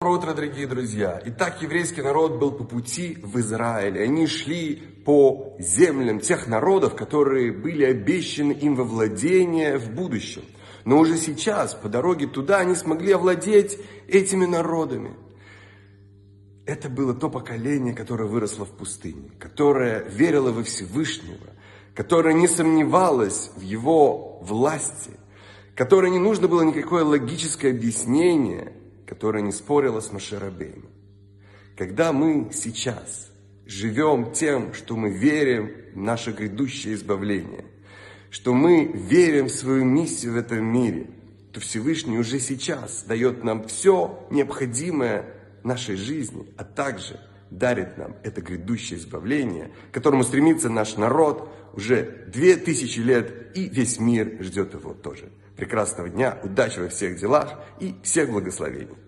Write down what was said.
Доброе утро, дорогие друзья! Итак, еврейский народ был по пути в Израиль. Они шли по землям тех народов, которые были обещаны им во владение в будущем. Но уже сейчас, по дороге туда, они смогли овладеть этими народами. Это было то поколение, которое выросло в пустыне, которое верило во Всевышнего, которое не сомневалось в его власти, которое не нужно было никакое логическое объяснение, которое не спорило с Моше Рабейну. Когда мы сейчас живем тем, что мы верим в наше грядущее избавление, что мы верим в свою миссию в этом мире, то Всевышний уже сейчас дает нам все необходимое нашей жизни, а также дарит нам это грядущее избавление, к которому стремится наш народ уже 2000 лет, и весь мир ждет его тоже. Прекрасного дня, удачи во всех делах и всех благословений.